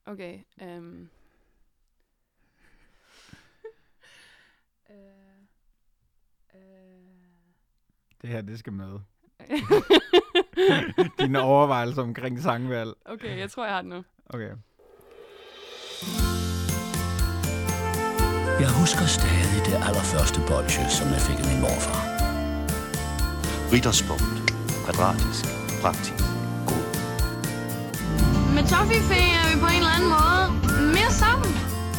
Okay. Det her, det skal med. Dine overvejelser omkring sangvalg. Okay, jeg tror, jeg har det nu. Okay. Jeg husker stadig det allerførste bolsje, som jeg fik af min morfar. Ritterspunkt. Kvadratisk. Praktisk. God. Med Toffifee er vi på en eller anden måde mere sammen.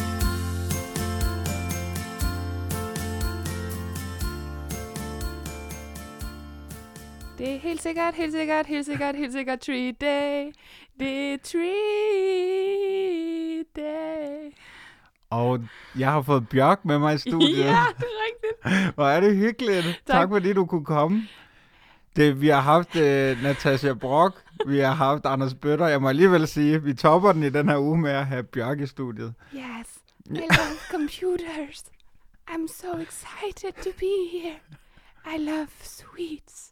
Det er helt sikkert treat day. Det er treat day. Og jeg har fået Bjørk med mig i studiet. Ja, det er rigtigt. Hvor er det hyggeligt. Tak fordi du kunne komme. Vi har haft Natasja Brock, vi har haft Anders Bøtter. Jeg må alligevel sige, vi topper den i den her uge med at have Bjørk i studiet. Yes, I love computers. I'm so excited to be here. I love sweets.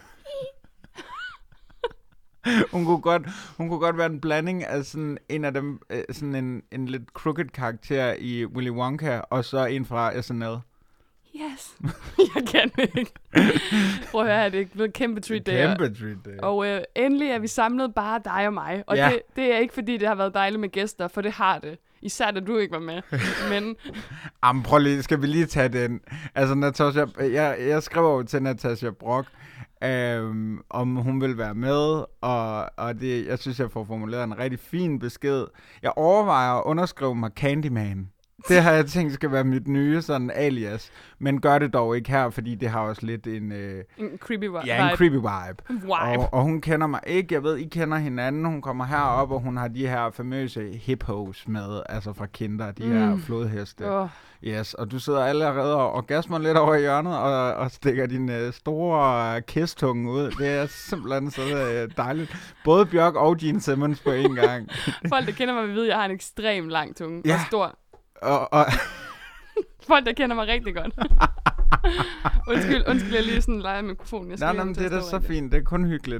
Hun kunne godt være en blanding af sådan en af dem, sådan en lidt crooked karakter i Willy Wonka, og så en fra SNL. Yes. Jeg kan ikke. Prøv at høre, det er blevet kæmpe treat day. Kæmpe treat day. Og endelig er vi samlet bare dig og mig. Og det er ikke fordi, det har været dejligt med gæster, for det har det. Især da du ikke var med. Men Jamen prøv lige, skal vi lige tage den. Altså Natasja, jeg skrev jo til Natasja Brock, om hun vil være med, og det, jeg synes, jeg får formuleret en rigtig fin besked. Jeg overvejer at underskrive mig Candyman. Det har jeg tænkt skal være mit nye sådan alias, men gør det dog ikke her, fordi det har også lidt en creepy vibe. Ja, en creepy vibe. Og hun kender mig ikke. Jeg ved, I kender hinanden. Hun kommer herop, og hun har de her famøse hippos med, altså fra Kinder, de her flodheste. Yes, og du sidder allerede og orgasmer lidt over i hjørnet og stikker din store kistunge ud. Det er simpelthen så dejligt. Både Bjørk og Gene Simmons på en gang. Folk, der kender mig, ved, at jeg har en ekstrem lang tunge og stor. Og Folk, der kender mig rigtig godt. Undskyld, jeg lige sådan leger mikrofonen. Nej, det er da så fint. Det er kun hyggeligt.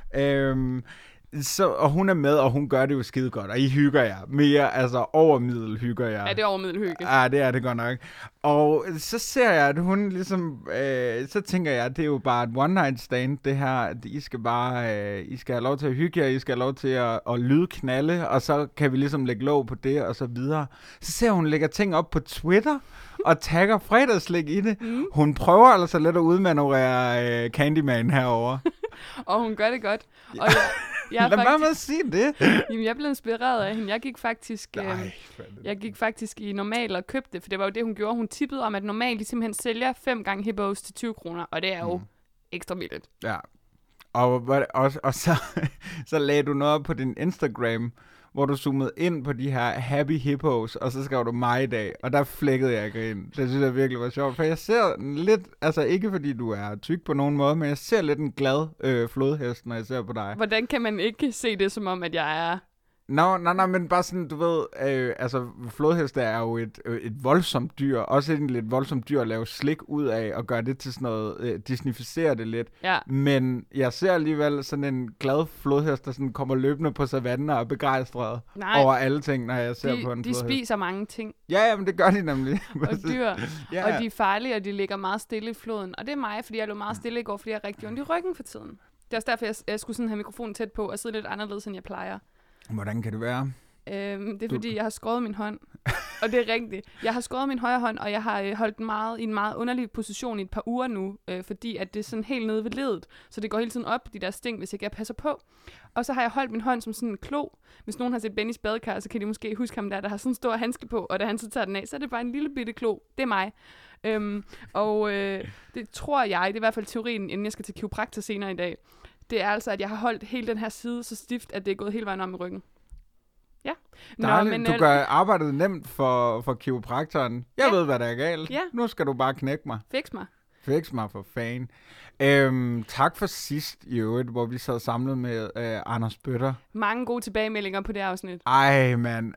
Og hun er med, og hun gør det jo skide godt. Og I hygger jer. Mere, altså overmiddel hygger jer. Ja, det er overmiddel hygge. Ja, det er det godt nok. Og så ser jeg, at hun ligesom... så tænker jeg, at det er jo bare et one night stand, det her. I skal bare... I skal have lov til at hygge jer. I skal have lov til at lyde knalde. Og så kan vi ligesom lægge låg på det, og så videre. Så ser hun lægger ting op på Twitter, og tagger fredagslæg i det. Hun prøver altså lidt at udmanøvrere Candyman herover. Og hun gør det godt. Og lad være med at sige det. Jamen, jeg blev inspireret af hende. Jeg gik faktisk i Normal og købte det, for det var jo det, hun gjorde. Hun tippede om, at Normal de simpelthen sælger 5 gange hippos til 20 kroner, og det er jo ekstra billigt. Ja. Og så lagde du noget op på din Instagram, hvor du zoomede ind på de her happy hippos, og så skrev du mig i dag, og der flækkede jeg grin. Det synes jeg virkelig var sjovt, for jeg ser lidt, altså ikke fordi du er tyk på nogen måde, men jeg ser lidt en glad flodhest, når jeg ser på dig. Hvordan kan man ikke se det som om, at jeg er... Nej, men bare sådan, du ved, altså flodheste er jo et voldsomt dyr, også et lidt voldsomt dyr at lave slik ud af, og gøre det til sådan noget, disnificere det lidt. Ja. Men jeg ser alligevel sådan en glad flodhest, der sådan kommer løbende på savannen og er begejstret over alle ting, når jeg ser på en flodhest. De spiser mange ting. Ja, men det gør de nemlig. Og dyr, og de er farlige, og de ligger meget stille i floden. Og det er mig, fordi jeg lå meget stille i går, fordi jeg er rigtig ondt i ryggen for tiden. Det er også derfor, jeg skulle sådan have mikrofonen tæt på, og sidde lidt anderledes, end jeg plejer. Hvordan kan det være? Det er fordi, jeg har skåret min hånd. Og det er rigtigt. Jeg har skåret min højre hånd, og jeg har holdt den i en meget underlig position i et par uger nu, fordi at det er sådan helt nede ved ledet. Så det går hele tiden op, de der sting, hvis ikke jeg passer på. Og så har jeg holdt min hånd som sådan en klo. Hvis nogen har set Bennys badekar, så kan de måske huske ham der har sådan en stor handske på, og da han så tager den af, så er det bare en lille bitte klo. Det er mig. Det tror jeg, det er i hvert fald teorien, inden jeg skal til kiropraktor senere i dag. Det er altså, at jeg har holdt hele den her side så stift, at det er gået hele vejen om i ryggen. Ja. Du gør arbejdet nemt for kiropraktoren. Jeg ved, hvad der er galt. Ja. Nu skal du bare knække mig. Fix mig For fan. Tak for sidst i øvrigt, hvor vi sad samlet med Anders Bøtter. Mange gode tilbagemeldinger på det afsnit. Ej, mand.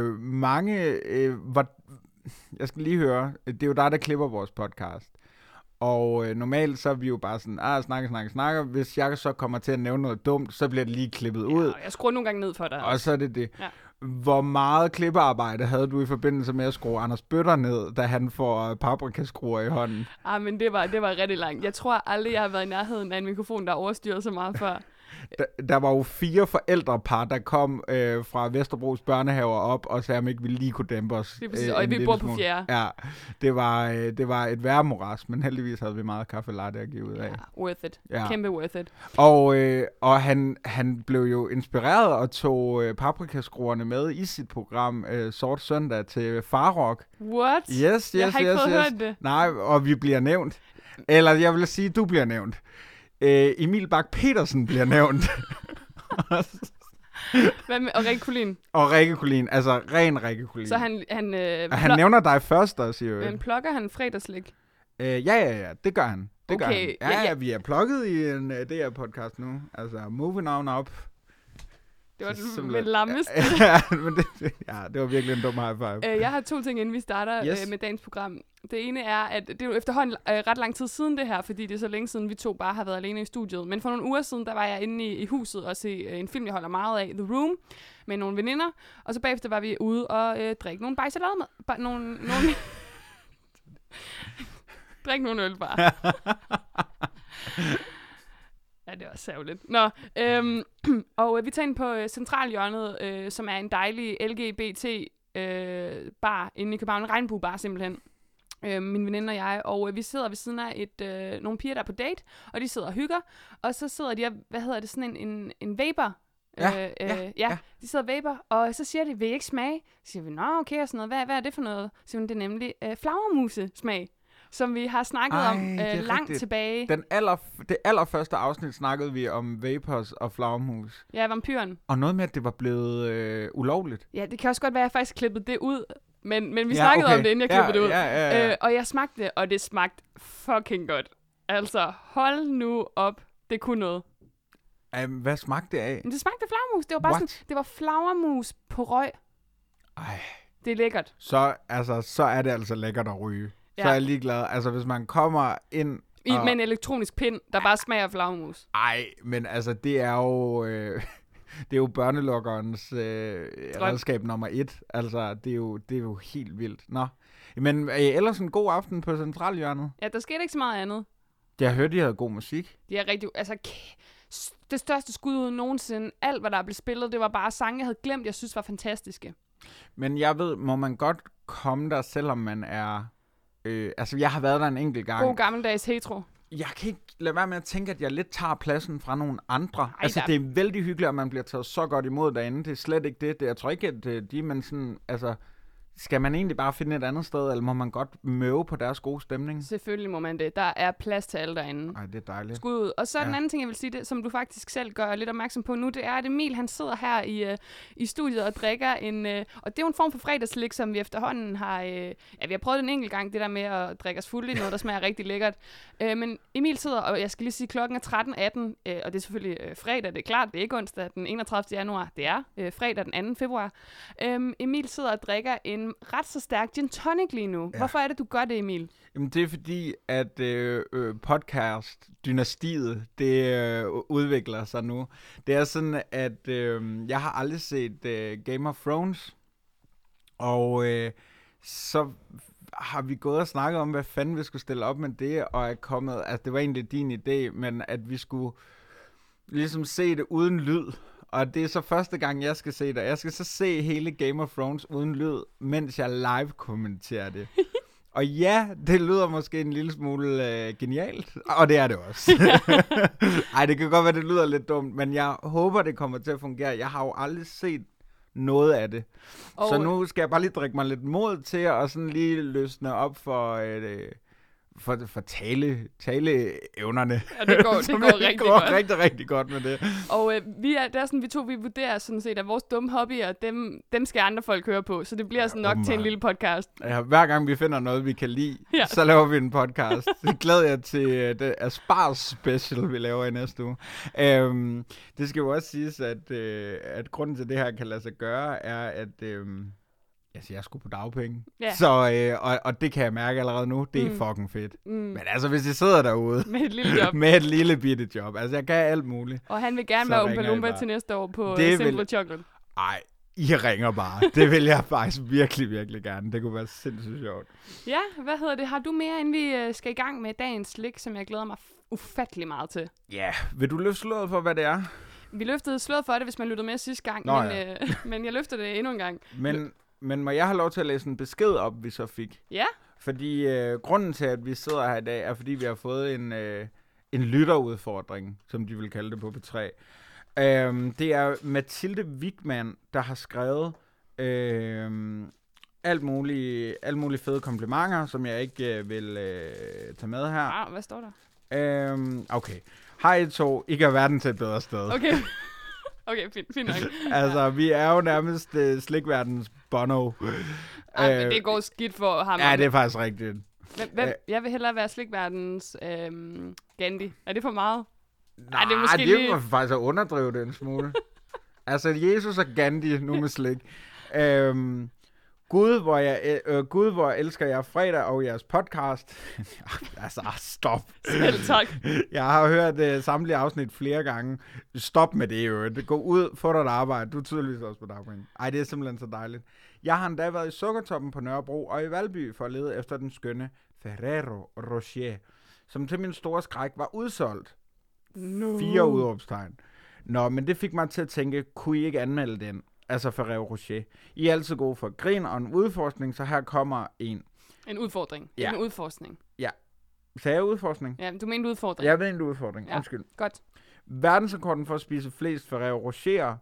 Jeg skal lige høre. Det er jo dig, der klipper vores podcast. Og normalt så er vi jo bare sådan, snakker. Hvis jeg så kommer til at nævne noget dumt, så bliver det lige klippet ud. Ja, jeg skruer nogle gange ned for dig. Og så er det det. Hvor meget klippearbejde havde du i forbindelse med at skrue Anders Bøtter ned, da han får paprikaskruer i hånden? Men det var rigtig langt. Jeg tror aldrig, jeg har været i nærheden af en mikrofon, der overstyret så meget før. Der var jo 4 forældrepar, der kom fra Vesterbros børnehaver op og sagde, om ikke vi lige kunne dæmpe os. Og vi bor på fjerde. Ja, det var et værmoras, men heldigvis havde vi meget kaffe latte at give ud af. Ja, worth it. Ja. Kæmpe worth it. Og han blev jo inspireret og tog paprikaskruerne med i sit program Sort Søndag til Farrock. What? Yes. Jeg har ikke fået hørt det. Nej, og vi bliver nævnt. Eller jeg vil sige, du bliver nævnt. Emil Bak-Petersen bliver nævnt. Hvad med, og Rikke Kulin? Og Rikke Kulin, altså ren Rikke Kulin. Så han nævner dig først også, jo. Men plukker han fredagslik? Ja, det gør han. Det okay. gør han. Ja, vi er plukket i en DR-podcast nu. Altså, moving on up. Det var med lammest. Det var virkelig en dum high five. Jeg har 2 ting, inden vi starter med dagens program. Det ene er, at det er jo efterhånden ret lang tid siden det her, fordi det er så længe siden, vi 2 bare har været alene i studiet. Men for nogle uger siden, der var jeg inde i huset og se en film, jeg holder meget af, The Room, med nogle veninder. Og så bagefter var vi ude og drikke nogle bajsalade med. Nogle Drik nogle øl bare. Ja, det var særligt. Nå, og vi tager ind på Centralhjørnet, som er en dejlig LGBT bar inde i København. En regnbuebar simpelthen. Min veninde og jeg, og vi sidder ved siden af nogle piger, der er på date, og de sidder og hygger, og så sidder de og, sådan en vapor. Ja, de sidder og vapor, og så siger de, vil I ikke smage? Så siger vi, nå okay, og sådan noget. Hvad er det for noget? Så siger hun, det er nemlig flagermuse-smag, som vi har snakket om langt tilbage. Det allerførste afsnit snakkede vi om vapors og flagermus. Ja, vampyren. Og noget med, at det var blevet ulovligt. Ja, det kan også godt være, at jeg faktisk klippede det ud. Men vi snakkede om det, inden jeg klippede det ud. Ja. Og jeg smagte det, og det smagte fucking godt. Altså, hold nu op. Det kunne noget. Hvad smagte det af? Det smagte flagermus. Det var bare sådan, det var flagermus på røg. Ej. Det er lækkert. Så er det altså lækkert at ryge. Ja. Så er jeg ligeglad. Altså, hvis man kommer ind med en elektronisk pind, der bare smager af flagermus. Ej, men altså, det er jo... det er jo børnelokkerens redskab nummer 1. Altså, det er jo helt vildt. Nå. Men ellers en god aften på Centralhjørnet. Ja, der skete ikke så meget andet. Jeg hørte, de havde god musik. Det er rigtig... Altså, det største skud ud nogensinde. Alt, hvad der blev spillet, det var bare sange, jeg havde glemt, jeg synes var fantastiske. Men jeg ved, må man godt komme der, selvom man er... altså, jeg har været der en enkelt gang. God gammeldags hetero. Jeg kan ikke lade være med at tænke, at jeg lidt tager pladsen fra nogle andre. Ej, altså, det er vældig hyggeligt, at man bliver taget så godt imod derinde. Det er slet ikke det. Jeg tror ikke, at men sådan... Altså, skal man egentlig bare finde et andet sted, eller må man godt møve på deres gode stemning? Selvfølgelig må man det. Der er plads til alle derinde. Ej, det er dejligt. Skud ud. Og så den anden ting, jeg vil sige, det, som du faktisk selv gør lidt opmærksom på nu, det er, at Emil, han sidder her i studiet og drikker en... og det er jo en form for fredagslik, som vi efterhånden har... vi har prøvet en enkelt gang, det der med at drikke os fuldt i noget, der smager rigtig lækkert. Men Emil sidder, og jeg skal lige sige, klokken er 13.18, og det er selvfølgelig fredag, det er klart, det er ikke onsdag den 31. januar, det er fredag den 2. februar. Emil sidder og drikker en ret så stærk gin tonic lige nu. Ja. Hvorfor er det, du gør det, Emil? Jamen, det er fordi, at podcast-dynastiet, det udvikler sig nu. Det er sådan, at jeg har aldrig set Game of Thrones, og så har vi gået og snakket om, hvad fanden vi skulle stille op med det, og er kommet, altså det var egentlig din idé, men at vi skulle ligesom se det uden lyd. Og det er så første gang, jeg skal se det. Jeg skal så se hele Game of Thrones uden lyd, mens jeg live kommenterer det. Og ja, det lyder måske en lille smule genialt, og det er det også. Ej, det kan godt være, det lyder lidt dumt, men jeg håber, det kommer til at fungere. Jeg har jo aldrig set noget af det. Så nu skal jeg bare lige drikke mig lidt mod til, og sådan lige løsne op for taleevnerne. Ja, det går rigtig godt. rigtig godt med det. Og vi vurderer sådan set, at vores dumme hobbyer, dem skal andre folk høre på, så det bliver sådan nok til en lille podcast. Ja, hver gang vi finder noget, vi kan lide, så laver vi en podcast. Det glæder jeg til det Aspars special, vi laver i næste uge. Det skal jo også siges, at grunden til det her kan lade sig gøre, er, at... Altså, jeg skulle på dagpenge. Yeah. Så, og det kan jeg mærke allerede nu. Det er fucking fedt. Men altså, hvis I sidder derude... Med et lille job. med et lille bitte job. Altså, jeg kan alt muligt. Og han vil gerne være Oompa Loompa til næste år på Simple Chocolate. Ej, I ringer bare. Det vil jeg faktisk virkelig, virkelig gerne. Det kunne være sindssygt sjovt. Ja, hvad hedder det? Har du mere, inden vi skal i gang med dagens slik, som jeg glæder mig ufattelig meget til? Ja, vil du løfte sløret for, hvad det er? Vi løftede sløret for det, hvis man lyttede med sidste gang, men jeg løfter det endnu en gang. Men må jeg have lov til at læse en besked op, vi så fik? Ja. Fordi grunden til, at vi sidder her i dag, er fordi vi har fået en lytterudfordring, som de vil kalde det på P3. Det er Mathilde Wigman, der har skrevet alt mulige fede komplimenter, som jeg ikke vil tage med her. Hvad står der? Okay. Hej to, I gør verden til et bedre sted. Okay, fint nok. Altså, vi er jo nærmest slikverdens Bono. Men det går skidt for ham. Ja, det er faktisk rigtigt. Jeg vil hellere være slikverdens Gandhi. Er det for meget? Nej, det er måske det var faktisk at underdrive det en smule. Altså, Jesus og Gandhi nu med slik. Gud, hvor elsker jeg fredag og jeres podcast. Altså, stop. Selv tak. Jeg har hørt samtlige afsnit flere gange. Stop med det jo. Gå ud, få dig et arbejde. Du er tydeligvis også på dagpenge. Ej, det er simpelthen så dejligt. Jeg har endda været i Sukkertoppen på Nørrebro og i Valby for at lede efter den skønne Ferrero Rocher, som til min store skræk var udsolgt. 4 udråbstegn. Nå, men det fik mig til at tænke, kunne I ikke anmelde den? Altså Ferrero Rocher. I er altid gode for grin og en udforskning, så her kommer en. En udfordring. Ja. En udforskning. Ja. Sagde jeg udforskning? Ja, du mente udfordring. Jeg mente udfordring. Ja. Undskyld. Godt. Verdensrekorden for at spise flest Ferrero Rocher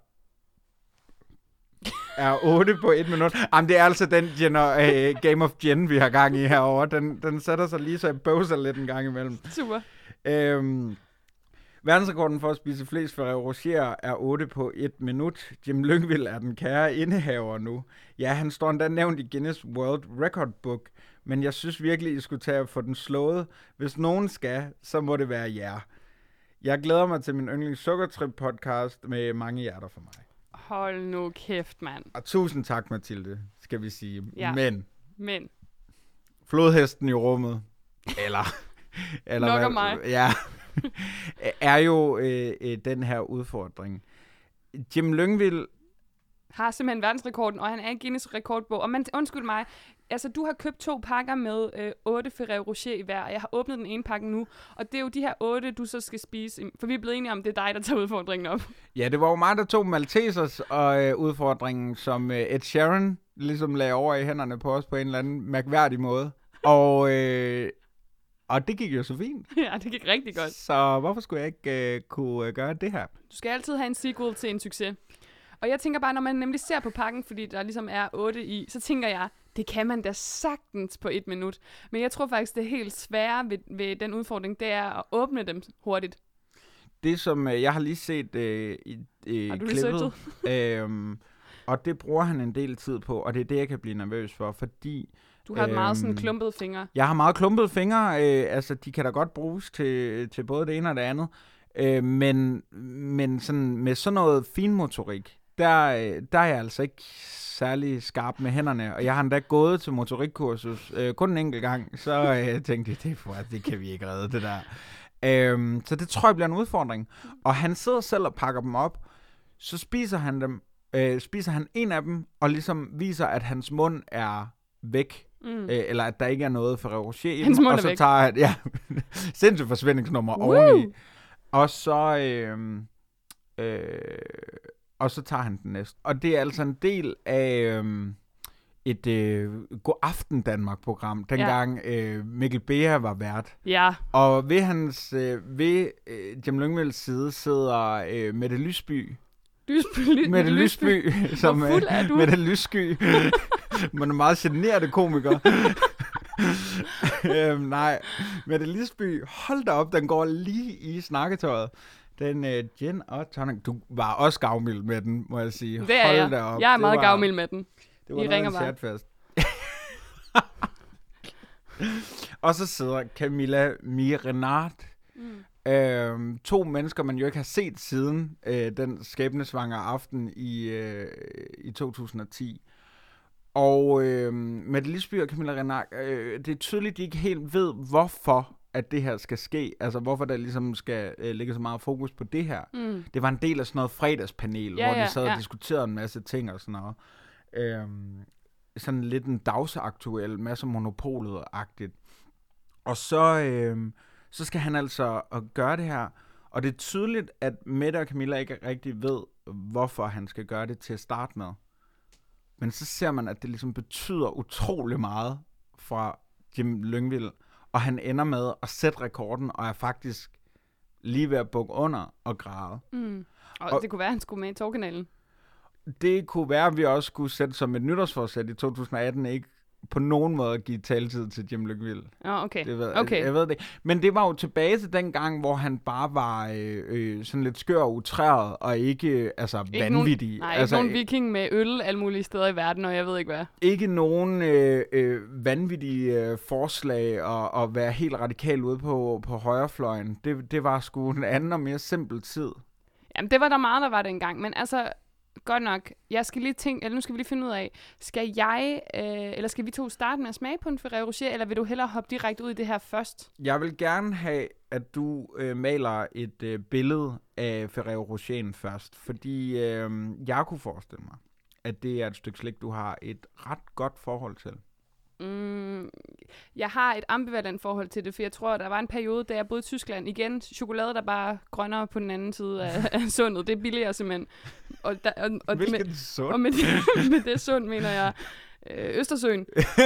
er 8 på 1 minut. Jamen, det er altså den Game of Gin, vi har gang i herovre. Den sætter sig lige, så jeg bøvser lidt en gang imellem. Super. Verdensrekorden for at spise flest Ferrero Rocher er 8 på 1 minut. Jim Lyngvild er den kære indehaver nu. Ja, han står endda nævnt i Guinness World Record Book, men jeg synes virkelig, I skulle tage at få den slået. Hvis nogen skal, så må det være jer. Jeg glæder mig til min yndlings Sukkertrip podcast med mange hjerter for mig. Hold nu kæft, mand. Og tusind tak, Mathilde, skal vi sige. Ja. Men. Flodhesten i rummet. Eller nok om mig. Ja. er jo den her udfordring. Jim Lyngvild har simpelthen verdensrekorden, og han er i Guinness rekordbog. Og undskyld mig, altså du har købt 2 pakker med 8 Ferrero Rocher i hver, og jeg har åbnet den ene pakke nu, og det er jo de her 8, du så skal spise, for vi er blevet enige om, det er dig, der tager udfordringen op. Ja, det var jo mig, der tog Maltesers og udfordringen, som Ed Sheeran ligesom lagde over i hænderne på os på en eller anden mærkværdig måde. Og det gik jo så fint. Ja, det gik rigtig godt. Så hvorfor skulle jeg ikke kunne gøre det her? Du skal altid have en sequel til en succes. Og jeg tænker bare, når man nemlig ser på pakken, fordi der ligesom er 8 i, så tænker jeg, det kan man da sagtens på 1 minut. Men jeg tror faktisk, det helt svære ved den udfordring, det er at åbne dem hurtigt. Det som jeg har lige set i klippet, og det bruger han en del tid på, og det er det, jeg kan blive nervøs for, fordi du har meget sådan klumpede fingre. Jeg har meget klumpede fingre. Altså, de kan da godt bruges til både det ene og det andet. Men sådan, med sådan noget finmotorik, der er jeg altså ikke særlig skarp med hænderne. Og jeg har endda gået til motorikkursus kun en enkelt gang. Så tænkte jeg, det kan vi ikke redde, det der. Så det tror jeg bliver en udfordring. Og han sidder selv og pakker dem op. Så spiser han en af dem, og ligesom viser, at hans mund er væk. Eller at der ikke er noget Ferrero Rocher i dem, og så tager han sindssygt forsvindingsnummer oveni, og så tager han den næste. Og det er altså en del af et God Aften Danmark-program, dengang Mikkel Beha var vært. Ja. Og ved Jim Lyngvilds side sidder Mette Lysby. Mette Lysby, som Mette Lyssky. Man er meget generende komiker. Nej, Mette Lysby, hold da op, den går lige i snakketøjet. Den gin og tonic. Du var også gavmild med den, må jeg sige. Det er hold da op. Jeg er meget gavmild med den. Det var noget en chatfest. Og så sidder Camilla Mirenard. 2 mennesker, man jo ikke har set siden den skæbnesvangre aften i 2010. Og Mette Lisby og Camilla Renard, det er tydeligt, de ikke helt ved, hvorfor at det her skal ske. Altså, hvorfor der ligesom skal ligge så meget fokus på det her. Det var en del af sådan noget fredagspanel, hvor de sad og diskuterede en masse ting og sådan noget. Sådan lidt en dagsaktuel, masse monopolet-agtigt. Og så skal han altså gøre det her. Og det er tydeligt, at Mette og Camilla ikke rigtig ved, hvorfor han skal gøre det til at starte med. Men så ser man, at det ligesom betyder utrolig meget fra Jim Lyngvild. Og han ender med at sætte rekorden, og er faktisk lige ved at bukke under og græde. Og det kunne være, at han skulle med i Torkanalen. Det kunne være, at vi også skulle sætte som et nytårsforsæt i 2018, ikke på nogen måde at give taletid til Jim Lyngvild. Okay. Jeg ved det. Men det var jo tilbage til den gang, hvor han bare var sådan lidt skør og utræret, og ikke vanvittig. Ikke nogen viking med øl alle mulige steder i verden, og jeg ved ikke hvad. Ikke nogen vanvittige forslag og være helt radikal ude på højrefløjen. Det var sgu en anden og mere simpel tid. Jamen, det var der meget, der var dengang, men altså... Godt nok. Jeg skal lige tænke, eller nu skal vi lige finde ud af, skal jeg, eller skal vi to starte med at smage på en Ferrero Rocher, eller vil du hellere hoppe direkte ud i det her først? Jeg vil gerne have, at du maler et billede af Ferrero Rocheren først, fordi jeg kunne forestille mig, at det er et stykke slik, du har et ret godt forhold til. Jeg har et ambivalent forhold til det, for jeg tror, der var en periode, da jeg boede i Tyskland. Igen, chokolade, der bare er grønnere på den anden side af sundet. Det er billigere simpelthen. Hvilken sund? Og med det sund mener jeg Østersøen.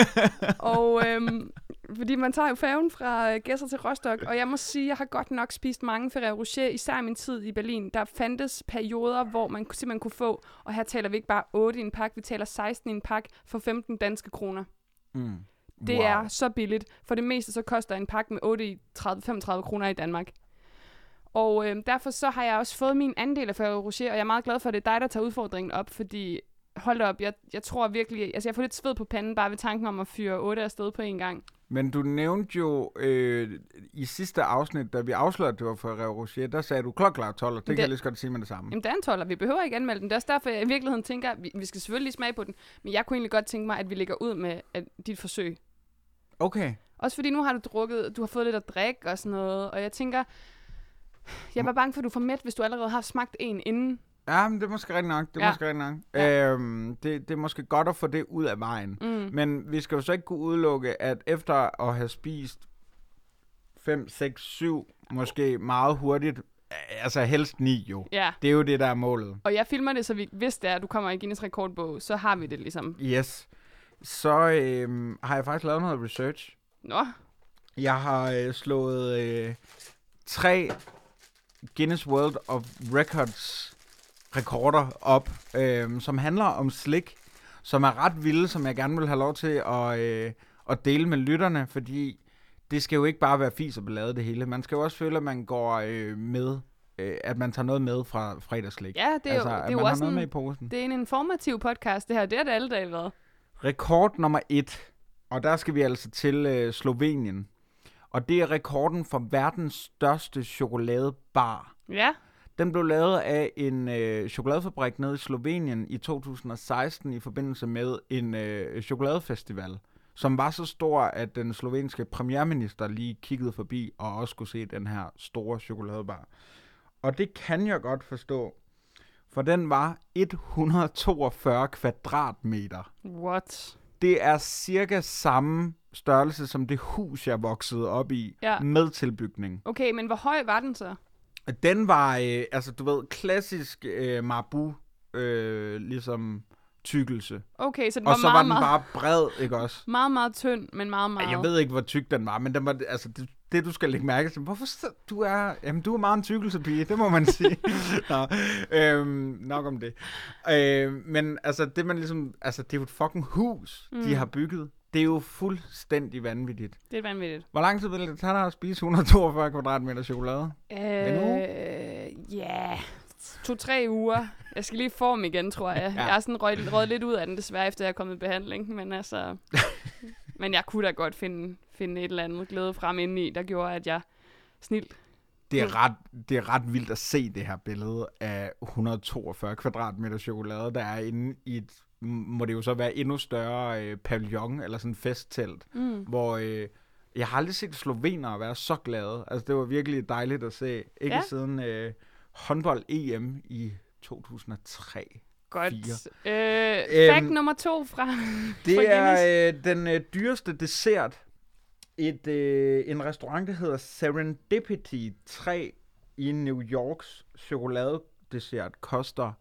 Og fordi man tager jo færgen fra Gedser til Rostock, og jeg må sige, jeg har godt nok spist mange Ferrero Rocher, især i min tid i Berlin. Der fandtes perioder, hvor man simpelthen kunne få, og her taler vi ikke bare 8 i en pakke, vi taler 16 i en pakke for 15 danske kroner. Det er så billigt. For det meste så koster en pakke med 8 i 35 kroner i Danmark. Og derfor så har jeg også fået min andel af Ferrero Rocher, og jeg er meget glad for, at det er dig, der tager udfordringen op, fordi hold da op, jeg tror virkelig, altså jeg får lidt sved på panden bare ved tanken om at fyre 8 afsted på en gang. Men du nævnte jo i sidste afsnit, da vi afslørede, at det var Ferrero Rocher, der sagde du klokklart 12, og det kan jeg lige så godt sige med det samme. Jamen, det er en 12, vi behøver ikke anmelde den. Det er også derfor, jeg i virkeligheden tænker, at vi skal selvfølgelig smage på den, men jeg kunne egentlig godt tænke mig, at vi lægger ud med dit forsøg. Okay. Også fordi nu har du har fået lidt at drikke og sådan noget, og jeg tænker, jeg var bange for, at du får mæt, hvis du allerede har smagt en inden. Ja, men det er måske rigtig nok. Det er måske godt at få det ud af vejen. Men vi skal jo så ikke kunne udelukke, at efter at have spist 5, 6, 7, måske meget hurtigt, altså helst 9 jo. Ja. Det er jo det, der er målet. Og jeg filmer det, så hvis det er, at du kommer i Guinness rekordbog, så har vi det ligesom. Yes. Så har jeg faktisk lavet noget research. Nå. Jeg har slået 3 Guinness World of Records rekorder op, som handler om slik, som er ret vilde, som jeg gerne vil have lov til at dele med lytterne, fordi det skal jo ikke bare være fis og ballade det hele. Man skal jo også føle, at man går med, at man tager noget med fra fredagslik. Ja, det er altså, jo, det er man jo har også noget med i posen. Det er en informativ podcast, det her. Det er det alle dage været. Rekord nummer 1, og der skal vi altså til Slovenien. Og det er rekorden for verdens største chokoladebar. Ja. Den blev lavet af en chokoladefabrik nede i Slovenien i 2016 i forbindelse med en chokoladefestival, som var så stor, at den slovenske premierminister lige kiggede forbi og også kunne se den her store chokoladebar. Og det kan jeg godt forstå, for den var 142 kvadratmeter. What? Det er cirka samme størrelse som det hus, jeg voksede op i, med tilbygning. Okay, men hvor høj var den så? Den var, altså du ved, klassisk Marabou, ligesom tykkelse. Okay, så den og var så meget, var den bare bred, ikke også? Meget, meget tynd, men meget, meget... Jeg ved ikke, hvor tyk den var, men den var, altså det du skal lægge mærke til, hvorfor du er meget en tykkelsepige, det må man sige. Nok om det. Men altså, det man ligesom, altså det er jo et fucking hus, de har bygget. Det er jo fuldstændig vanvittigt. Det er vanvittigt. Hvor lang tid vil det tage dig at spise 142 kvadratmeter chokolade? Ja, 2-3 uger. Jeg skal lige form igen, tror jeg. Jeg har sådan røget lidt ud af den, desværre, efter jeg er kommet i behandling. Men altså... men jeg kunne da godt finde et eller andet glæde frem indeni, der gjorde, at jeg snilt. Det er ret vildt at se det her billede af 142 kvadratmeter chokolade, der er inde i et, må det jo så være endnu større pavillon, eller sådan et festtelt, hvor Jeg har aldrig set slovenere være så glade. Altså, det var virkelig dejligt at se. Ikke siden håndbold-EM i 2003. Godt. 4. Fact nummer 2 fra Det fra er den dyreste dessert. En restaurant, der hedder Serendipity 3 i New Yorks chokoladedessert, koster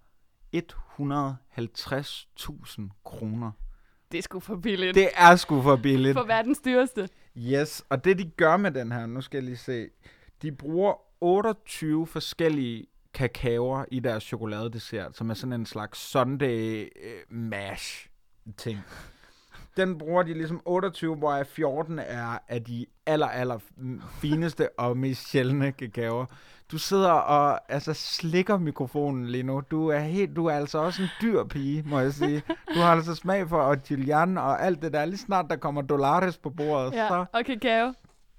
150.000 kroner. Det er sgu for billigt. Det er sgu for billigt. For verdens dyreste. Yes, og det de gør med den her, nu skal jeg lige se, de bruger 28 forskellige kakaoer i deres chokoladedessert, som er sådan en slags Sunday mash ting. Den bruger de ligesom 28, hvor 14 er af de aller fineste og mest sjældne kakaoer. Du sidder og altså slikker mikrofonen lige nu. Du er altså også en dyr pige, må jeg sige. Du har altså smag for Odilian og alt det der. Lige snart der kommer dollares på bordet. Ja, så. og kakao.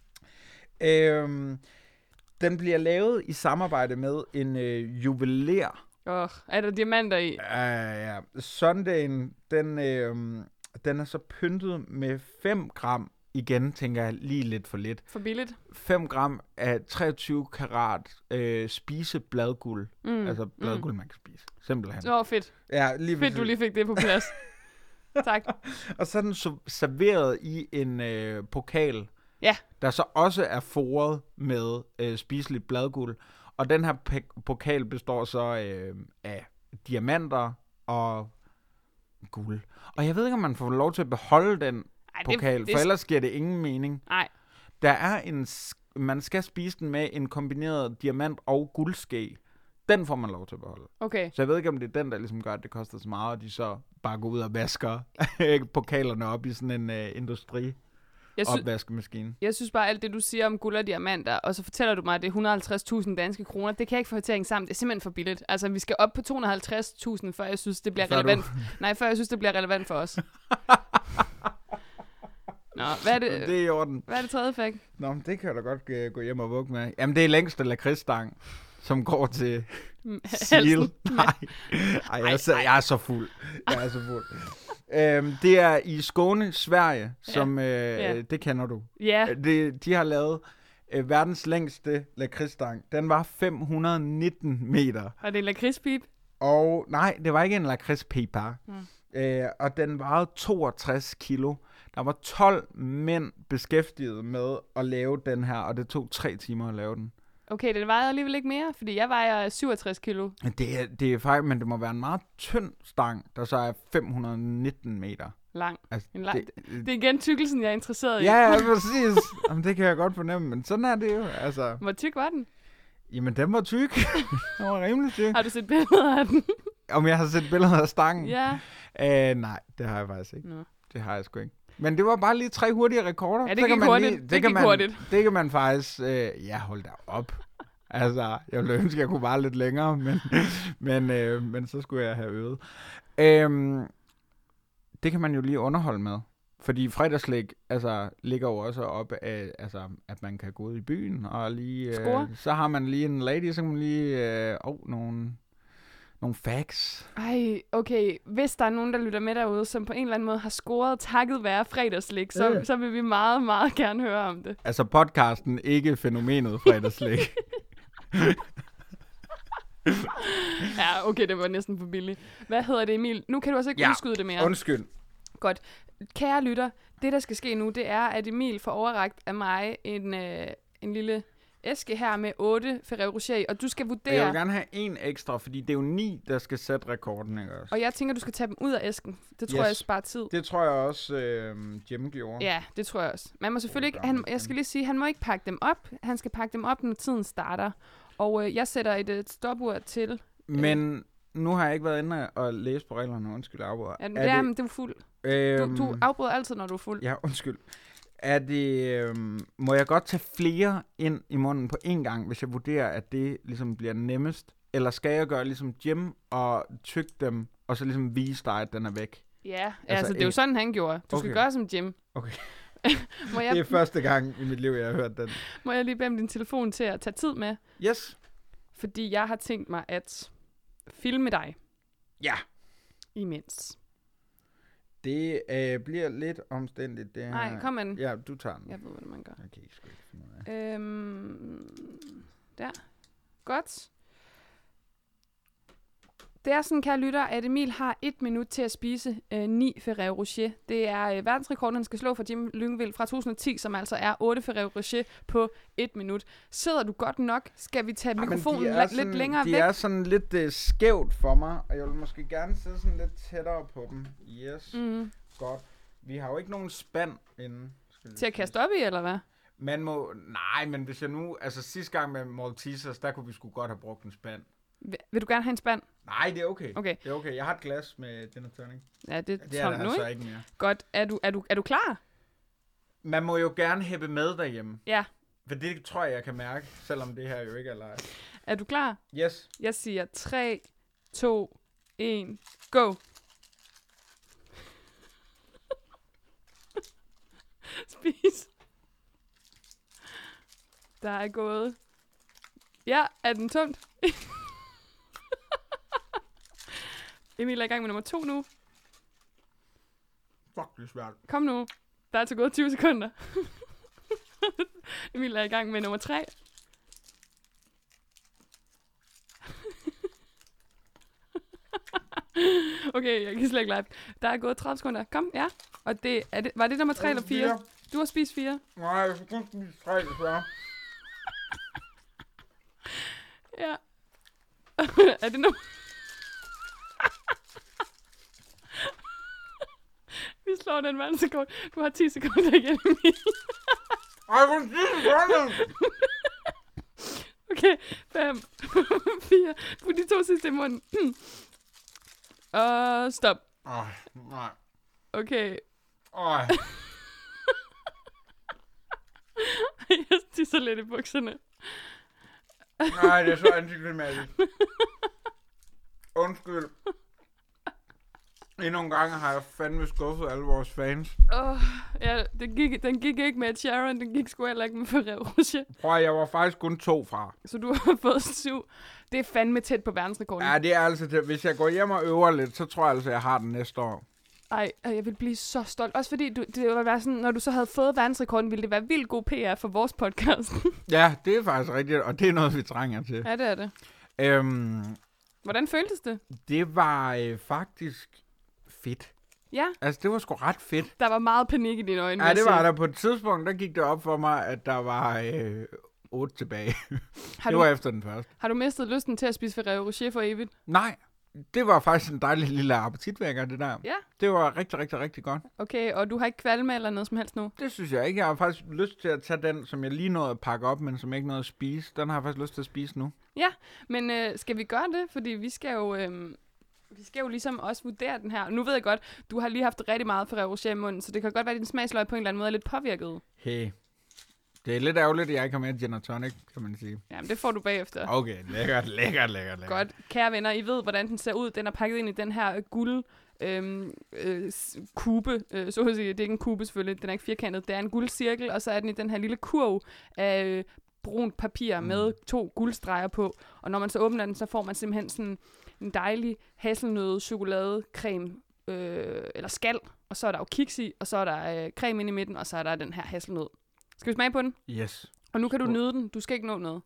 Den bliver lavet i samarbejde med en juveler. Er der diamanter i? Ja. Sundayen, den er så pyntet med 5 gram. Igen tænker jeg lige lidt for lidt. For billigt. 5 gram af 23 karat spisebladguld. Altså bladguld, man kan spise. Simpelthen. Fedt. Ja, lige fedt, du lige fik det på plads. Tak. Og så er den serveret i en pokal, der så også er foret med spiseligt bladguld. Og den her pokal består så af diamanter og guld. Og jeg ved ikke, om man får lov til at beholde den pokal, for ellers giver det ingen mening. Nej. Der er man skal spise den med en kombineret diamant- og guldske. Den får man lov til at beholde. Okay. Så jeg ved ikke, om det er den, der ligesom gør, at det koster så meget, og de så bare går ud og vasker pokalerne op i sådan en opvaskemaskine. Jeg synes bare, alt det, du siger om guld og diamanter, og så fortæller du mig, at det er 150.000 danske kroner, det kan jeg ikke få til at hænge sammen. Det er simpelthen for billigt. Altså, vi skal op på 250.000, før jeg synes, det bliver relevant. Nej, før jeg synes, det bliver relevant for os. Nå, hvad er det? Det er i orden. Hvad er det tredje fakt? Nå, det kan jeg da godt gå hjem og vugge med. Jamen, det er længste lakridsstang, som går til Seal. Nej, jeg er så fuld. Det er i Skåne, Sverige, som det kender du. Ja. De har lavet verdens længste lakridsstang. Den var 519 meter. Og det er lakridspip? Og nej, det var ikke en lakridspipa. Og den vejede 62 kilo. Der var 12 mænd beskæftiget med at lave den her, og det tog 3 timer at lave den. Okay, den vejer alligevel ikke mere, fordi jeg vejer 67 kilo. Det er faktisk, men det må være en meget tynd stang, der så er 519 meter. Lang. Altså, det er igen tykkelsen, jeg er interesseret i. Ja, præcis. Jamen, det kan jeg godt fornemme, men sådan er det jo. Altså. Hvor tyk var den? Jamen, den var tyk. Den var rimelig tyk. Har du set billeder af den? Om jeg har set billeder af stangen? Ja. Nej, det har jeg faktisk ikke. Nå. Det har jeg sgu ikke. Men det var bare lige 3 hurtige rekorder. Ja, det gik hurtigt. Det kan man faktisk... hold da op. Altså, jeg ville ønske, jeg kunne bare lidt længere, men så skulle jeg have øvet. Det kan man jo lige underholde med. Fordi fredagslæg ligger jo også op af, at man kan gå ud i byen og lige... så har man lige en lady, så kan man lige... nogle facts. Ej, okay. Hvis der er nogen, der lytter med derude, som på en eller anden måde har scoret takket være fredagslæg, så vil vi meget, meget gerne høre om det. Altså podcasten, ikke fænomenet fredagslæg. Ja, okay, det var næsten for billigt. Hvad hedder det, Emil? Nu kan du også ikke udskyde det mere. Undskyld. Godt. Kære lytter, det der skal ske nu, det er, at Emil får overrakt af mig en lille æske her med 8 Ferrero Rocher i, og du skal vurdere... Jeg vil gerne have en ekstra, fordi det er jo 9, der skal sætte rekorden, ikke også? Og jeg tænker, du skal tage dem ud af æsken. Det tror jeg sparer tid. Det tror jeg også, Jim gjorde. Ja, det tror jeg også. Man må selvfølgelig ikke... Jeg skal lige sige, han må ikke pakke dem op. Han skal pakke dem op, når tiden starter. Og jeg sætter et stopur til... Men nu har jeg ikke været inde og læse på reglerne. Undskyld, jeg afbryder. Men du er fuld. Du afbryder altid, når du er fuld. Ja, undskyld. Må jeg godt tage flere ind i munden på én gang, hvis jeg vurderer, at det ligesom bliver nemmest? Eller skal jeg gøre ligesom Jim og tygge dem, og så ligesom vise dig, at den er væk? Ja, altså det er jo sådan, han gjorde. Du skal gøre som Jim. Okay. Det er første gang i mit liv, jeg har hørt den. Må jeg lige bede om din telefon til at tage tid med? Yes. Fordi jeg har tænkt mig at filme dig. Ja. Imens. Det bliver lidt omstændigt, det her. Nej, kom med den. Ja, du tager den. Jeg ved, hvad man gør. Jeg kan ikke sgu ikke finde ud af. Der. Godt. Det er sådan, kære lytter, at Emil har 1 minut til at spise 9 Ferrero Rocher. Det er verdensrekorden, han skal slå for Jim Lyngvild fra 2010, som altså er 8 Ferrero Rocher på 1 minut. Sidder du godt nok? Skal vi tage mikrofonen lidt længere væk? De er sådan lidt skævt for mig, og jeg vil måske gerne sidde sådan lidt tættere på dem. Yes, godt. Vi har jo ikke nogen spand inden. Til at kaste op i, eller hvad? Man må... Nej, men hvis jeg nu... Altså sidste gang med Maltesers, der kunne vi sgu godt have brugt en spand. Vil du gerne have en spand? Nej, det er okay. Okay. Det er okay. Jeg har et glas med gin og tonic. Ja, det er der nu, altså ikke? Ikke mere. Godt. Er du klar? Man må jo gerne hæppe med derhjemme. Ja. For det tror jeg kan mærke, selvom det her jo ikke er live. Er du klar? Yes. Jeg siger 3, 2, 1, go! Spis. Der er gået. Ja, er den tomt? Emil er i gang med nummer 2 nu. Fuck, det er svært. Kom nu. Der er altså gået 20 sekunder. Emil er i gang med nummer 3. Okay, jeg kan slet ikke live. Der er gået 30 sekunder. Kom, ja. Og var det nummer 3 eller 4? Du har spist 4. Nej, jeg skal kun spise 3, desværre. Ja. Er det nummer... Vi slår den verdensrekord. Du har 10 sekunder igen, Emil. Ej, kun 10 sekunder! Okay, 5, 4. Put de 2 sidste i munden. Og stop. Nej. Okay. Ej. Jeg tisser lidt i bukserne. Nej, det er så antiklimatisk. Undskyld. Endnu en gang har jeg fandme skuffet alle vores fans. Ja, den gik ikke med Sharon, den gik sgu heller ikke med Ferrero Rocher. Prøv at jeg var faktisk kun 2 fra. Så du har fået 7. Det er fandme tæt på verdensrekorden. Ja, det er altså det. Hvis jeg går hjem og øver lidt, så tror jeg altså, jeg har den næste år. Ej, jeg vil blive så stolt. Også fordi, det var være sådan, når du så havde fået verdensrekorden, ville det være vildt god PR for vores podcast. Ja, det er faktisk rigtigt, og det er noget, vi trænger til. Ja, det er det. Hvordan føltes det? Det var faktisk fedt. Ja. Altså, det var sgu ret fedt. Der var meget panik i dine øjne. Ja, det var der. På et tidspunkt, der gik det op for mig, at der var 8 tilbage. Det var efter den første. Har du mistet lysten til at spise Ferrero Rocher for evigt? Nej, det var faktisk en dejlig lille appetitvækker, det der. Ja. Det var rigtig, rigtig, rigtig godt. Okay, og du har ikke kvalme eller noget som helst nu? Det synes jeg ikke. Jeg har faktisk lyst til at tage den, som jeg lige nåede at pakke op, men som jeg ikke nåede at spise. Den har jeg faktisk lyst til at spise nu. Ja, men skal vi gøre det? Fordi vi skal jo ligesom også vurdere den her. Nu ved jeg godt, du har lige haft rigtig meget Ferrero Rocher i munden, så det kan godt være, at din smagsløg på en eller anden måde er lidt påvirket. Hey. Det er lidt ærgerligt, at jeg ikke har med gin og tonic, kan man sige. Jamen, det får du bagefter. Okay, lækkert. Godt. Kære venner, I ved, hvordan den ser ud. Den er pakket ind i den her guld kube, så at sige. Det er ikke en kube selvfølgelig, den er ikke firkantet. Det er en guldcirkel, og så er den i den her lille kurv af brunt papir med 2 guldstreger på. Og når man så åbner den, så får man simpelthen sådan en dejlig hasselnød chokoladecreme, eller skal. Og så er der jo kiks i, og så er der creme inde i midten, og så er der den her hasselnød. Skal vi smage på den? Yes. Og nu kan du nyde den. Du skal ikke nå noget.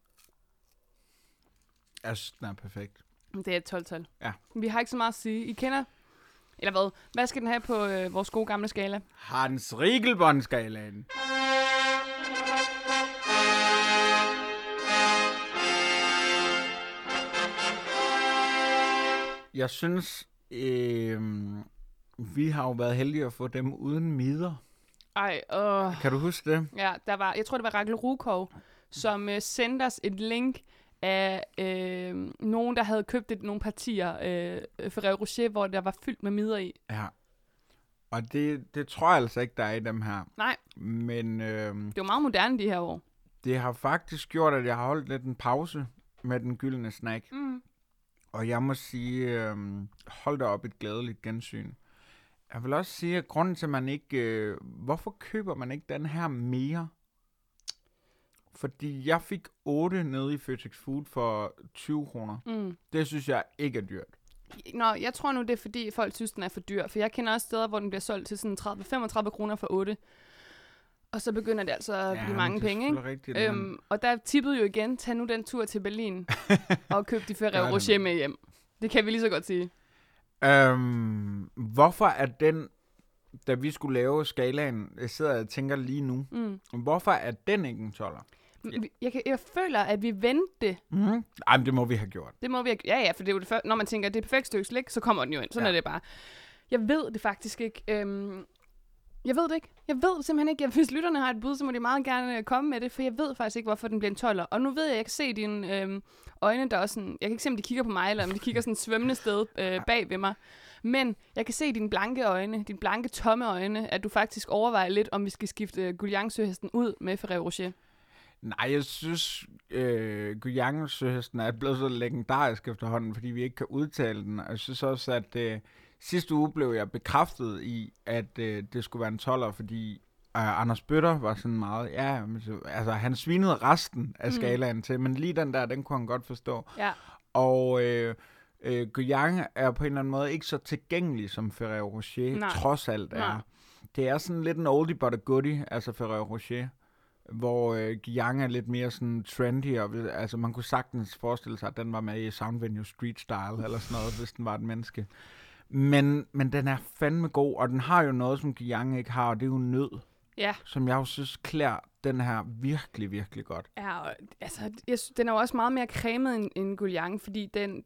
Jeg synes, den er perfekt. Det er et 12-tal. Ja. Vi har ikke så meget at sige. I kender... Eller hvad? Hvad skal den have på vores gode gamle skala? Hans Riegelbånd-skalaen. Jeg synes, vi har jo været heldige at få dem uden midder. Ej, Kan du huske det? Ja, jeg tror, det var Rakel Rukov, som sendte os et link af nogen, der havde købt nogle partier Ferrero Rocher, hvor der var fyldt med midder i. Ja. Og det tror jeg altså ikke, der er i dem her. Nej. Men det var meget moderne de her år. det har faktisk gjort, at jeg har holdt lidt en pause med den gyldne snack. Mm. Og jeg må sige, hold da op et glædeligt gensyn. Jeg vil også sige, at grunden til, at man ikke... hvorfor køber man ikke den her mere? Fordi jeg fik 8 nede i Føtex Food for 20 kroner. Mm. Det synes jeg ikke er dyrt. Jeg tror nu, det er fordi folk synes, den er for dyr. For jeg kender også steder, hvor den bliver solgt til sådan 30-35 kroner for 8. Og så begynder det altså at blive mange penge, ikke? Rigtigt, og der tippede jo igen, tag nu den tur til Berlin og køb de Ferrero Rocher med hjem. Det kan vi lige så godt sige. Hvorfor er den, da vi skulle lave skalaen, jeg sidder og tænker lige nu, hvorfor er den ikke en 12'er? Jeg føler, at vi vendte. Ej, men det må vi have gjort. Det må vi have gjort. Ja, for det er jo det når man tænker, det er perfekt stykke slik, så kommer den jo ind. Sådan er det bare. Jeg ved det faktisk ikke. Jeg ved det ikke. Jeg ved det simpelthen ikke. Hvis lytterne har et bud, så må de meget gerne komme med det, for jeg ved faktisk ikke, hvorfor den bliver en 12'er. Og nu ved jeg kan se dine øjne, der også sådan, jeg kan ikke se, om de kigger på mig, eller om de kigger sådan et svømmende sted bag ved mig. Men jeg kan se dine blanke øjne, dine blanke, tomme øjne, at du faktisk overvejer lidt, om vi skal skifte Guyang-søhesten ud med Ferrero Rocher. Nej, jeg synes, Guyang-søhesten er blevet så legendarisk efterhånden, fordi vi ikke kan udtale den. Og jeg synes også, at sidste uge blev jeg bekræftet i, at det skulle være en 12'er, fordi Anders Bøtter var sådan meget, altså han svinede resten af skalaen til, men lige den der, den kunne han godt forstå. Ja. Og Guyang er på en eller anden måde ikke så tilgængelig, som Ferrero Rocher trods alt er. Nej. Det er sådan lidt en oldie but a goodie, altså Ferrero Rocher, hvor Guyang er lidt mere sådan trendy, og altså man kunne sagtens forestille sig, at den var med i Soundvenue Street Style, eller sådan noget, hvis den var et menneske. Men den er fandme god, og den har jo noget, som Guyang ikke har, og det er jo nød. Ja. Som jeg jo synes klæder den her virkelig, virkelig godt. Ja, og, altså, den er jo også meget mere cremet end Guyang, fordi den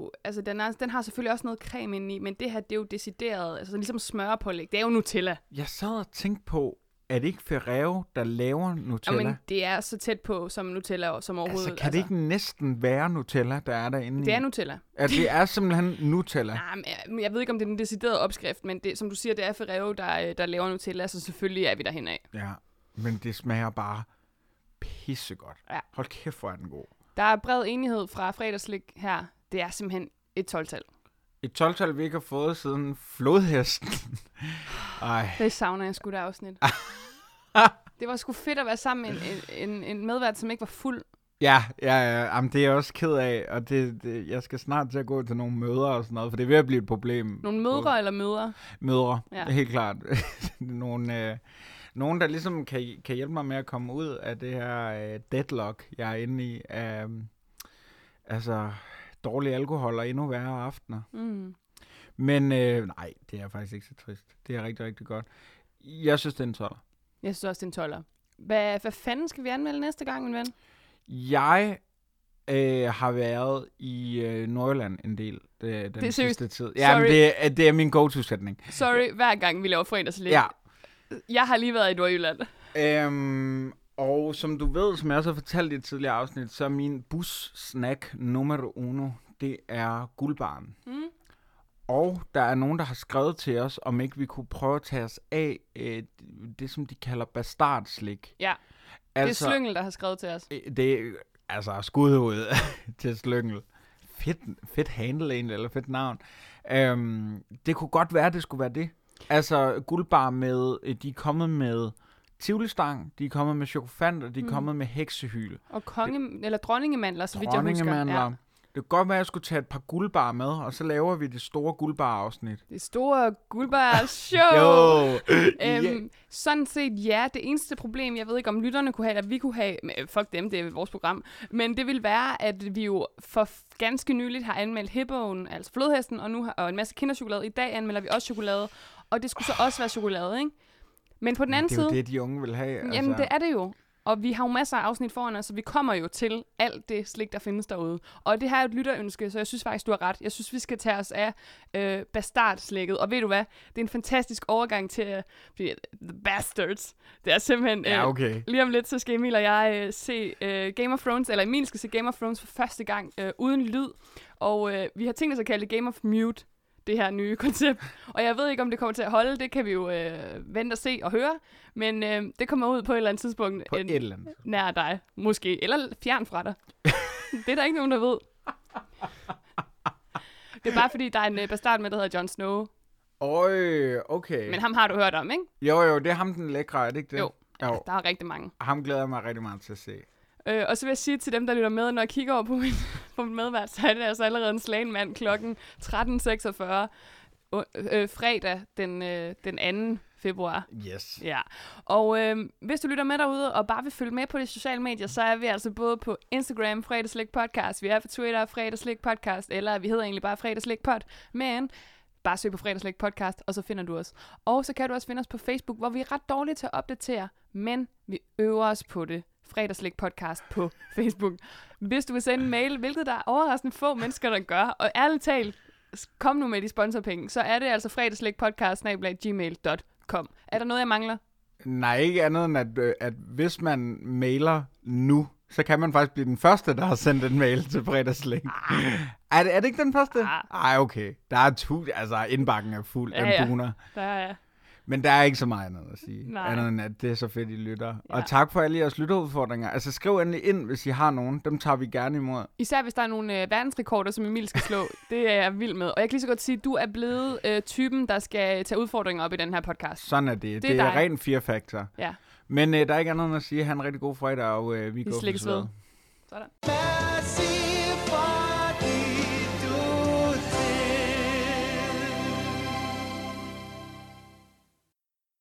har selvfølgelig også noget creme inde i, men det her, det er jo decideret, altså ligesom smørpålæg. Det er jo Nutella. Jeg sad og tænkte på, er det ikke Ferrero, der laver Nutella? Ja, men det er så tæt på som Nutella som overhovedet. Altså, kan det ikke næsten være Nutella, der er derinde i? Det er Nutella. Ja, det er simpelthen Nutella. Nej, men jeg ved ikke, om det er den deciderede opskrift, men det, som du siger, det er Ferrero, der laver Nutella, så selvfølgelig er vi derhen af. Ja, men det smager bare pissegodt. Ja. Hold kæft, hvor er den god. Der er bred enighed fra fredagslik her. Det er simpelthen et 12-tal. Et 12-tal, vi ikke har fået siden flodhesten. Ej. Det savner jeg sgu da afsnit. Det var sgu fedt at være sammen med en medvært, som ikke var fuld. Ja. Jamen, det er jeg også ked af, og jeg skal snart til at gå til nogle møder og sådan noget, for det er ved at blive et problem. Nogle mødre eller mødre? Mødre, ja. Helt klart. Nogen, der ligesom kan hjælpe mig med at komme ud af det her deadlock, jeg er inde i. Altså, dårlig alkohol og endnu værre aftener. Men nej, det er faktisk ikke så trist. Det er rigtig, rigtig godt. Jeg synes, det er en 12'er. Jeg synes også, det er en 12'er. Hvad fanden skal vi anmelde næste gang, min ven? Jeg har været i Nordjylland en del den sidste tid. Ja, men det er min go-to-sætning. Sorry, hver gang vi laver fredagslæg. Ja. Jeg har lige været i Nordjylland. Og som du ved, som jeg også har fortalt i et tidligere afsnit, så er min bus-snack nummer uno, det er guldbaren. Og der er nogen, der har skrevet til os, om ikke vi kunne prøve at tage os af det, som de kalder bastardslik. Ja, altså, det er Slyngel, der har skrevet til os. Det er altså skud ud til Slyngel. Fedt handle egentlig, eller fedt navn. Det kunne godt være, det skulle være det. Altså guldbar med, de er kommet med tivoli-stang, de er kommet med chokofanter, de er kommet med heksehyl. Og eller dronningemandler, så vidt jeg husker. Ja. Det kunne godt være, at jeg skulle tage et par guldbar med, og så laver vi det store guldbar-afsnit. Det store guldbar-show! Sådan set, ja. Det eneste problem, jeg ved ikke, om lytterne kunne have, eller vi kunne have, fuck dem, det er vores program, men det vil være, at vi jo for ganske nyligt har anmeldt Hippoen, altså flodhesten, og en masse kinderchokolade. I dag anmelder vi også chokolade, og det skulle så også være chokolade, ikke? Men på den anden side... Det er jo det, de unge vil have. Jamen, altså. Det er det jo. Og vi har jo masser af afsnit foran os, så vi kommer jo til alt det slik, der findes derude. Og det her er et lytterønske, så jeg synes faktisk, du har ret. Jeg synes, vi skal tage os af bastardslikket. Og ved du hvad? Det er en fantastisk overgang til The Bastards. Det er simpelthen... okay. Lige om lidt, så skal Emil og jeg se Game of Thrones, eller Emil skal se Game of Thrones for første gang uden lyd. Og vi har tænkt os at kalde det Game of Mute, det her nye koncept. Og jeg ved ikke, om det kommer til at holde. Det kan vi jo vente og se og høre. Men det kommer ud på et eller andet tidspunkt. På et eller andet. Nær dig, måske. Eller fjern fra dig. Det er der ikke nogen, der ved. Det er bare fordi, der er en bastard med, der hedder Jon Snow. Okay. Men ham har du hørt om, ikke? Jo, det er ham den lækre, er det ikke det? Jo. Der er rigtig mange. Ham glæder jeg mig rigtig meget til at se. Og så vil jeg sige til dem, der lytter med, når jeg kigger over på min medvært, så er det altså allerede en slagen mand klokken 13.46 fredag den 2. februar. Yes. Ja, og hvis du lytter med derude og bare vil følge med på de sociale medier, så er vi altså både på Instagram, Fredagslik Podcast, vi er på Twitter, Fredagslik Podcast, eller vi hedder egentlig bare Fredagslik Pod, men bare søg på Fredagslik Podcast, og så finder du os. Og så kan du også finde os på Facebook, hvor vi er ret dårlige til at opdatere, men vi øver os på det. Fredagslik Podcast på Facebook. Hvis du vil sende en mail, hvilket der er overraskende få mennesker, der gør, og ærligt talt, kom nu med de sponsorpenge, så er det altså fredagslikpodcast@gmail.com. Er der noget, jeg mangler? Nej, ikke andet end, at hvis man mailer nu, så kan man faktisk blive den første, der har sendt en mail til Fredagslik. Er det ikke den første? Ej, okay. Der er indbakken er fuld af buner. Der er. Men der er ikke så meget andet at sige. Nej. Andet end, at det er så fedt, I lytter. Ja. Og tak for alle jeres lytterudfordringer. Altså skriv endelig ind, hvis I har nogen. Dem tager vi gerne imod. Især hvis der er nogle verdensrekorder, som Emil skal slå. Det er jeg vild med. Og jeg kan lige så godt sige, at du er blevet typen, der skal tage udfordringer op i den her podcast. Sådan er det. Det er ren fear factor. Ja. Men der er ikke andet end at sige, at han en rigtig god fredag, og vi går for Sådan.